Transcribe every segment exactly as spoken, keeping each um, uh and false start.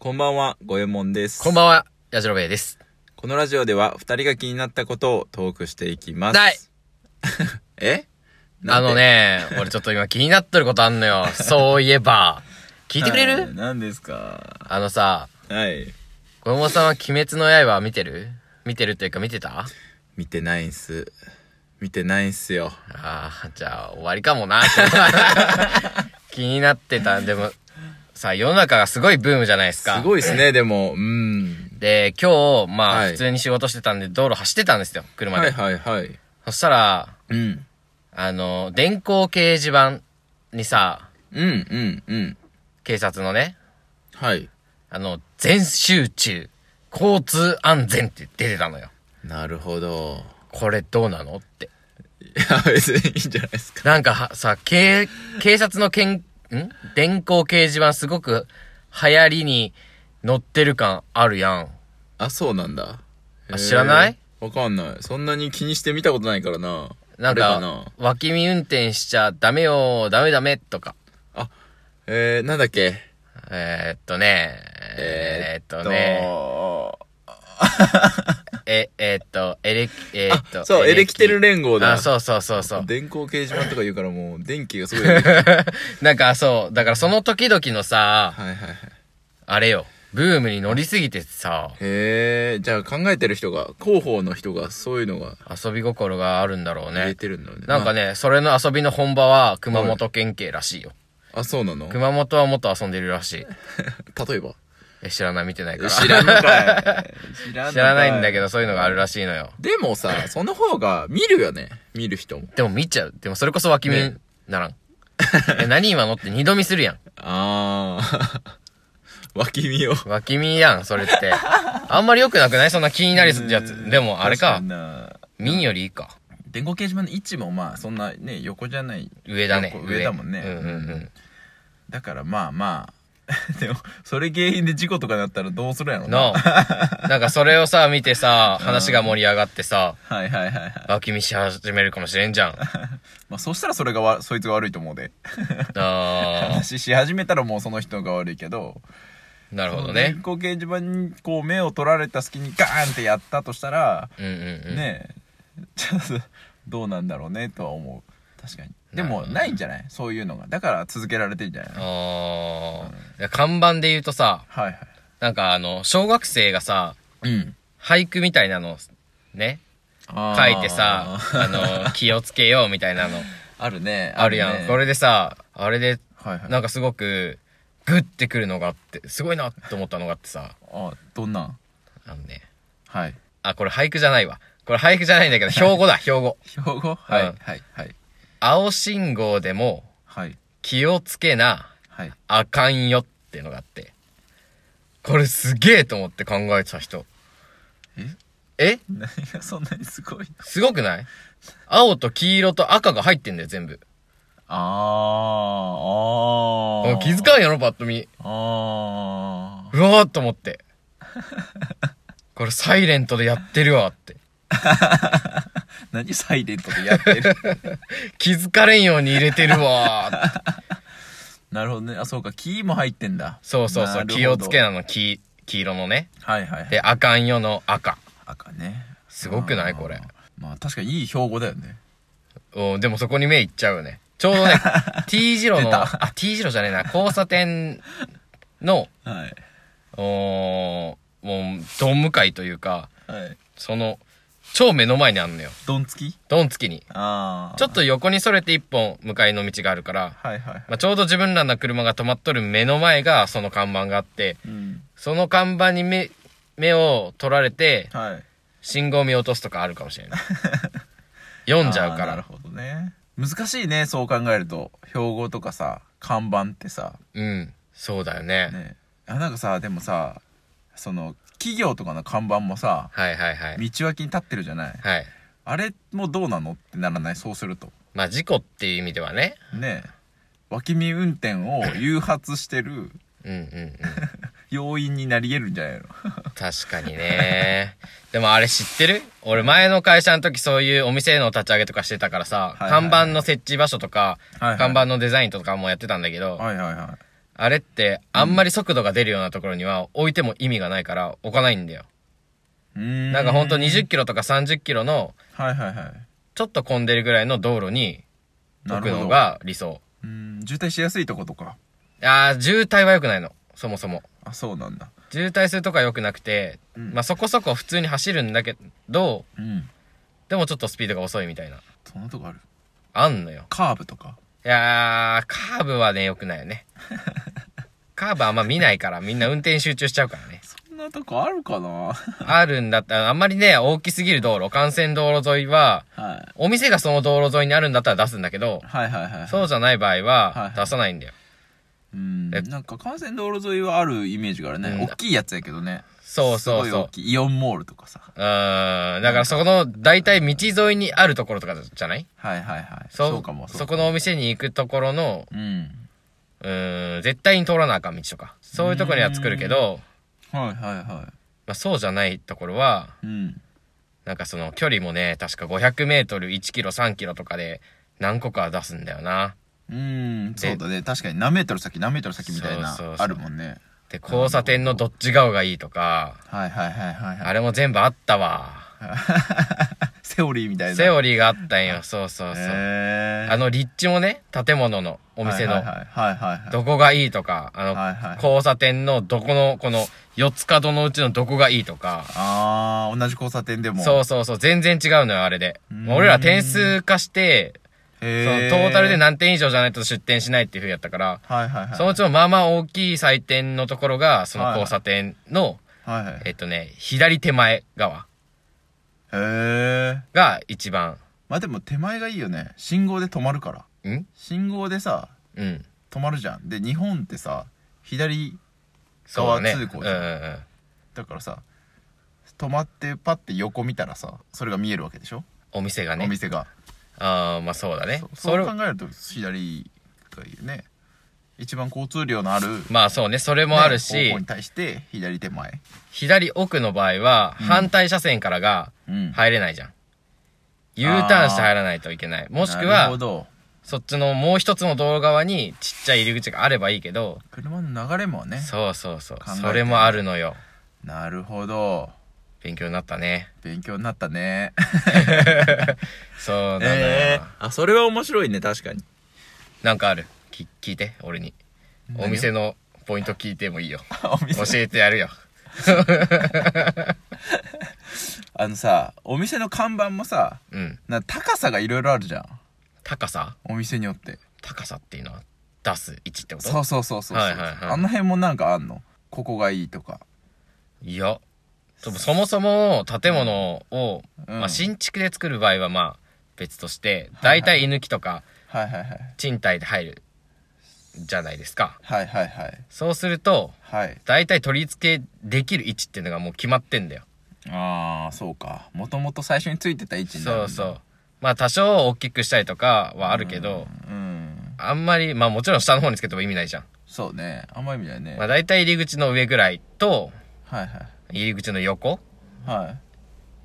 こんばんは、ごえもんです。 こんばんは、やじろべえです。 このラジオでは二人が気になったことをトークしていきます。 ないえあのね、俺ちょっと今気になってることあんのよ。そういえば。聞いてくれる、はい、 何ですか？ あのさ、 はい。 ごえもんさんは鬼滅の刃見てる見てるっていうか見てた？ 見てないんす。見てないんすよ。 ああ、じゃあ終わりかもな。気になってた。でも、さ、世の中がすごいブームじゃないですか。 すごいですね、でも。うん。 で、今日、まあ、 はい、 普通に仕事してたんで、道路走ってたんですよ、車で。 はいはいはい。 そしたら、 うん。 あの、電光掲示板にさ、 うんうんうん。 警察のね、 はい。 あの、全集中、交通安全って出てたのよ。 なるほど。 これどうなのって。 いや、別にいいんじゃないですか。 なんかは、さ、警、警察のけん、ん電光掲示板すごく流行りに乗ってる感あるやん。 あ、そうなんだ。 あ、知らない？ わかんない。そんなに気にして見たことないからな。 なんか、か脇見運転しちゃダメよ、ダメダメとか。 あ、えー、なんだっけえー、っとね、えー、っとね、え、えー、っと、エレキ、えー、っと、 そう、エレキテル連合だ。 あ、そうそうそうそう。 電光掲示板とか言うからもう、電気がすごい。 なんかそう、だからその時々のさ、 はいはいはい。 あれよ、ブームに乗りすぎてさ。 へえ、じゃあ考えてる人が、広報の人がそういうのが。 遊び心があるんだろうね。 入れてるんだろうね。 なんかね、まあ、それの遊びの本場は熊本県警らしいよ。 あ、そうなの？ 熊本はもっと遊んでるらしい。 例えば？ え、知らない、見てないから。 知らんのかい。 知らんのかい。知らないんだけど、そういうのがあるらしいのよ。 でもさ、その方が見るよね。見る人も。 でも見ちゃう。でもそれこそ脇見ならん。ね、え、何今のって二度見するやん。 あー。脇見を。 脇見やん、それって。あんまり良くなくない？そんな気になるやつ。でも、あれか。見んよりいいか。 電光掲示板の位置もまあ、そんなね、横じゃない。 上だね。 上だもんね。 うんうんうん。 だからまあまあ。でも、それ原因で事故とかなったらどうするやろな。なんかそれをさ、見てさ、話が盛り上がってさ、 はいはいはいはい。 脇見し始めるかもしれんじゃん。 まあそしたらそれがわ、そいつが悪いと思うで。 あー。 話し始めたらもうその人が悪いけど、 なるほどね。 電光掲示板にこう目を取られた隙にガーンってやったとしたら、 うんうんうん。 ねえ、ちょっとどうなんだろうねとは思う。確かに。でもないんじゃない？そういうのが。だから続けられてるんじゃないの？ あー、うん、看板で言うとさ、 はいはい。 なんかあの、小学生がさ、 うん。 俳句みたいなの、ね、書いてさ、あの、気をつけようみたいなの。 あるね。 あるやん。ね、これでさ、あれで、 はいはい、 なんかすごく、グッてくるのがあって、すごいなって思ったのがあってさ。 あ、どんなん？ あのね。 はい。 あ、これ俳句じゃないわ。これ俳句じゃないんだけど、標語だ、標語。 標語？はい、うん、はい、はい。 青信号でも、はい。気をつけな、はい。あかんよっていうのがあって。これすげえと思って考えてた人。 え？ え？ 何がそんなにすごい？ すごくない？青と黄色と赤が入ってんだよ、全部。 あー、あー。 気づかんやろ、パッと見。 あー。うわーっと思って。これサイレントでやってるわって。 何サイレントでやってる？ 気づかれんように入れてるわーって。 なるほどね。あ、そうか。黄も入ってんだ。 そうそうそう。気をつけなの、黄、黄色のね。 はいはい、はい。 で、あかんよの赤。 赤ね。 すごくないこれ。 まあ確かにいい標語だよね。 おでもそこに目いっちゃうよね。ちょうどね、T 字路の、あ、T 字路じゃねえな、交差点の、はい。おもう、ドン向かいというか、はい。その、超目の前にあんのよ。 ドン付き？ ドン付きに。 ああ。 ちょっと横にそれて一本向かいの道があるから、はいはい、はい。まあ、ちょうど自分らの車が止まっとる目の前がその看板があって、うん、その看板に目、目を取られて、はい。信号見落とすとかあるかもしれない。読んじゃうから。 なるほどね。難しいね、そう考えると。標語とかさ、看板ってさ。 うん。そうだよね。 ね。あ、なんかさ、でもさ、その、企業とかの看板もさ、 はいはいはい。 道脇に立ってるじゃない。はい。あれもどうなのってならない？そうすると。 まあ事故っていう意味ではね。 ねえ。脇見運転を誘発してる。うんうんうん。 要因になり得るんじゃないの？ 確かにね。でもあれ知ってる？俺前の会社の時そういうお店の立ち上げとかしてたからさ、はいはいはい、看板の設置場所とか、はいはい、看板のデザインとかもやってたんだけど、はいはいはい、 あれってあんまり速度が出るようなところには置いても意味がないから置かないんだよ。 うーんなんかほんとにじゅっキロとかさんじゅっキロのはいはいはいちょっと混んでるぐらいの道路に置くのが理想。 うーん渋滞しやすいとことか。 いやー渋滞は良くないのそもそも。 あそうなんだ。 渋滞するとか良くなくて、うん、まあそこそこ普通に走るんだけど、うん、でもちょっとスピードが遅いみたいな。 そんなとこある？ あんのよ。 カーブとか。 いやーカーブはね良くないよね。カーブあんま見ないからみんな運転集中しちゃうからね。 そんなとこあるかな。 あるんだったらあんまりね大きすぎる道路幹線道路沿いは、はい、お店がその道路沿いにあるんだったら出すんだけど、はいはいはい、はい、そうじゃない場合は出さないんだよ。 うん、なんか幹線道路沿いはあるイメージがあるね、うん、大きいやつやけどね。 そうそうそう、すごい大きいイオンモールとかさ。 うん、だからそこの大体道沿いにあるところとかじゃない？ はいはいはい。 そそうかも。そこのお店に行くところの、うん、うーん絶対に通らなあかん道とかそういうところには作るけど、 はいはいはい、 まあ、そうじゃないところは、うん、なんかその距離もね確かごひゃくメートルいちキロさんキロとかで何個か出すんだよな。 うーんそうだね。確かに何メートル先何メートル先みたいなあるもんね。 で交差点のどっち側がいいとか、 はいはいはいはい、はい、 あれも全部あったわ。 セオリーみたいなセオリーがあったんよ。そうそうそう。あの立地もね建物のお店のどこがいいとか、あの、はいはい、交差点のどこのこのよっつ角のうちのどこがいいとか。 あー同じ交差点でもそうそうそう全然違うのよあれで。俺ら点数化してそのトータルで何点以上じゃないと出店しないっていう風やったから、はいはいはい、そのうちのまあまあ大きい採点のところがその交差点の、はいはい、えっとね左手前側へが一番。 まあでも手前がいいよね。信号で止まるから。ん信号でさ、うん、止まるじゃん。で日本ってさ左側通行じゃん、ねうんうん、だからさ止まってパッて横見たらさそれが見えるわけでしょお店がね。 お店がああまあそうだね。 そ, そう考えると左がいいよね。一番交通量のあるまあそうねそれもあるし、 ね、方向に対して左手前左奥の場合は、うん、反対車線からが入れないじゃん、うん、U ターンして入らないといけない。もしくはなるほどそっちのもう一つの道路側にちっちゃい入り口があればいいけど車の流れもねそうそうそうそれもあるのよ。 なるほど勉強になったね。 勉強になったねそうなのよ、 えー、あそれは面白いね。確かになんかあるき聞いて俺に。お店のポイント聞いてもいいよ教えてやるよあのさお店の看板もさ、うん、な高さがいろいろあるじゃん。 高さお店によって高さっていうのは出す位置ってこと？ そうそうそうそう、はいはいはい、あの辺もなんかあんのここがいいとか。 いやそもそも建物を、うんまあ、新築で作る場合はまあ別として大体居抜きとか賃貸で入るじゃないですか。はいはいはい。そうすると、はい、大体取り付けできる位置っていうのがもう決まってんだよ。 ああそうか。もともと最初についてた位置になるんだ。 そうそう。まあ多少大きくしたりとかはあるけど、うん、うん、あんまりまあもちろん下の方につけても意味ないじゃん。 そうねあんま意味ないね。 まあ大体入り口の上ぐらいと、はいはい、入り口の横、はい、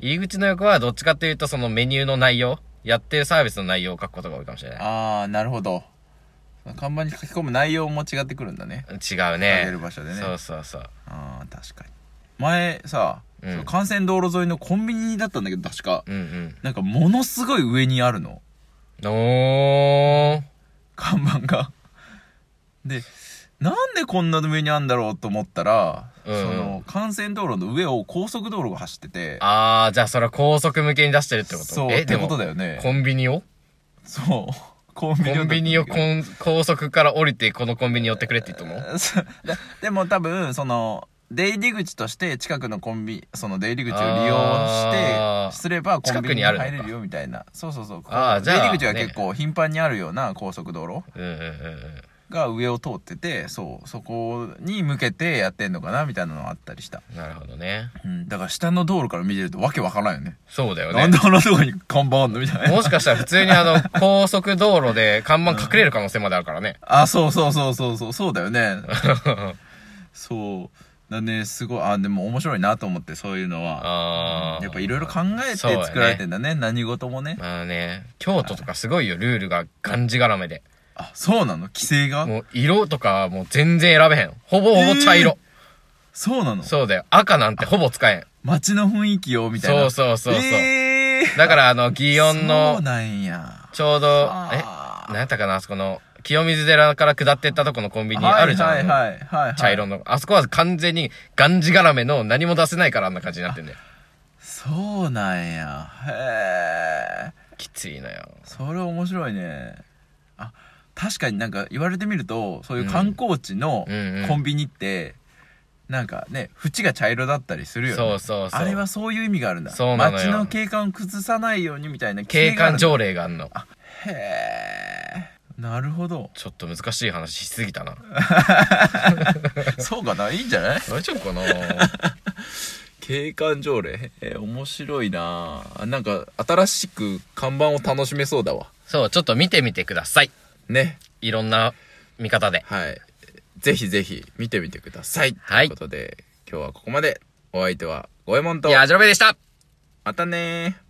入り口の横はどっちかっていうとそのメニューの内容やってるサービスの内容を書くことが多いかもしれない。 ああなるほど。看板に書き込む内容も違ってくるんだね。 違うね。 書ける場所でね。 そうそうそう。 ああ確かに。前さ、うん、幹線道路沿いのコンビニだったんだけど確か、うんうん、なんかものすごい上にあるの。おー看板がでなんでこんな上にあるんだろうと思ったら、うんうん、その幹線道路の上を高速道路が走ってて。 ああじゃあそれは高速向けに出してるってこと？ そうえってことだよね。 コンビニをそうコンビニをコンビニを高速から降りてこのコンビニ寄ってくれって言ったの？ でも多分その出入り口として近くのコンビその出入り口を利用してすればコンビニに入れるよみたいな。そうそうそう。あ出入り口が結構頻繁にあるような高速道路が上を通ってて、そうそこに向けてやってんのかなみたいなのがあったりした。 なるほどね、 うん、だから下の道路から見てるとわけわからんよね。 そうだよね。 なんであんなとこに看板あんのみたいな。 もしかしたら普通にあの高速道路で看板隠れる可能性まであるからね、 うん、あそうそうそうそうそうそうだよねそうだね。すごいあでも面白いなと思ってそういうのは。あやっぱいろいろ考えて作られてんだ ね, ね何事もね。 まあね京都とかすごいよルールががんじがらめで。 あ、そうなの？規制が？ もう色とかもう全然選べへん。ほぼほぼ茶色。えー、 そうなの？ そうだよ。赤なんてほぼ使えん。 街の雰囲気をみたいな。 そうそうそうそう。えー、だからあの、祇園の、 そうなんや。 ちょうど、え、なんやったかな、あそこの、清水寺から下ってったとこのコンビニあるじゃん。はいはいはいはい、はい。茶色の。あそこは完全にがんじがらめの何も出せないからあんな感じになってんだよ。 そうなんや。へえ。 きついのよ。 それ面白いね。あ、確かになんか言われてみると、そういう観光地のコンビニって、うん、なんかね、縁が茶色だったりするよね。 そうそうそう。 あれはそういう意味があるんだ。 そうなのよ。 街の景観を崩さないようにみたいな景観条例があんの。 あ、へえ。なるほど。 ちょっと難しい話しすぎたな。 そうかな？いいんじゃない？ 大丈夫かな？ 景観条例、えー、面白いな。なんか新しく看板を楽しめそうだわ。 そう、ちょっと見てみてくださいね。 いろんな見方で。 はい、ぜひぜひ見てみてください。はい、ということで今日はここまで。お相手はゴエモンとやじろべでした。 またねー。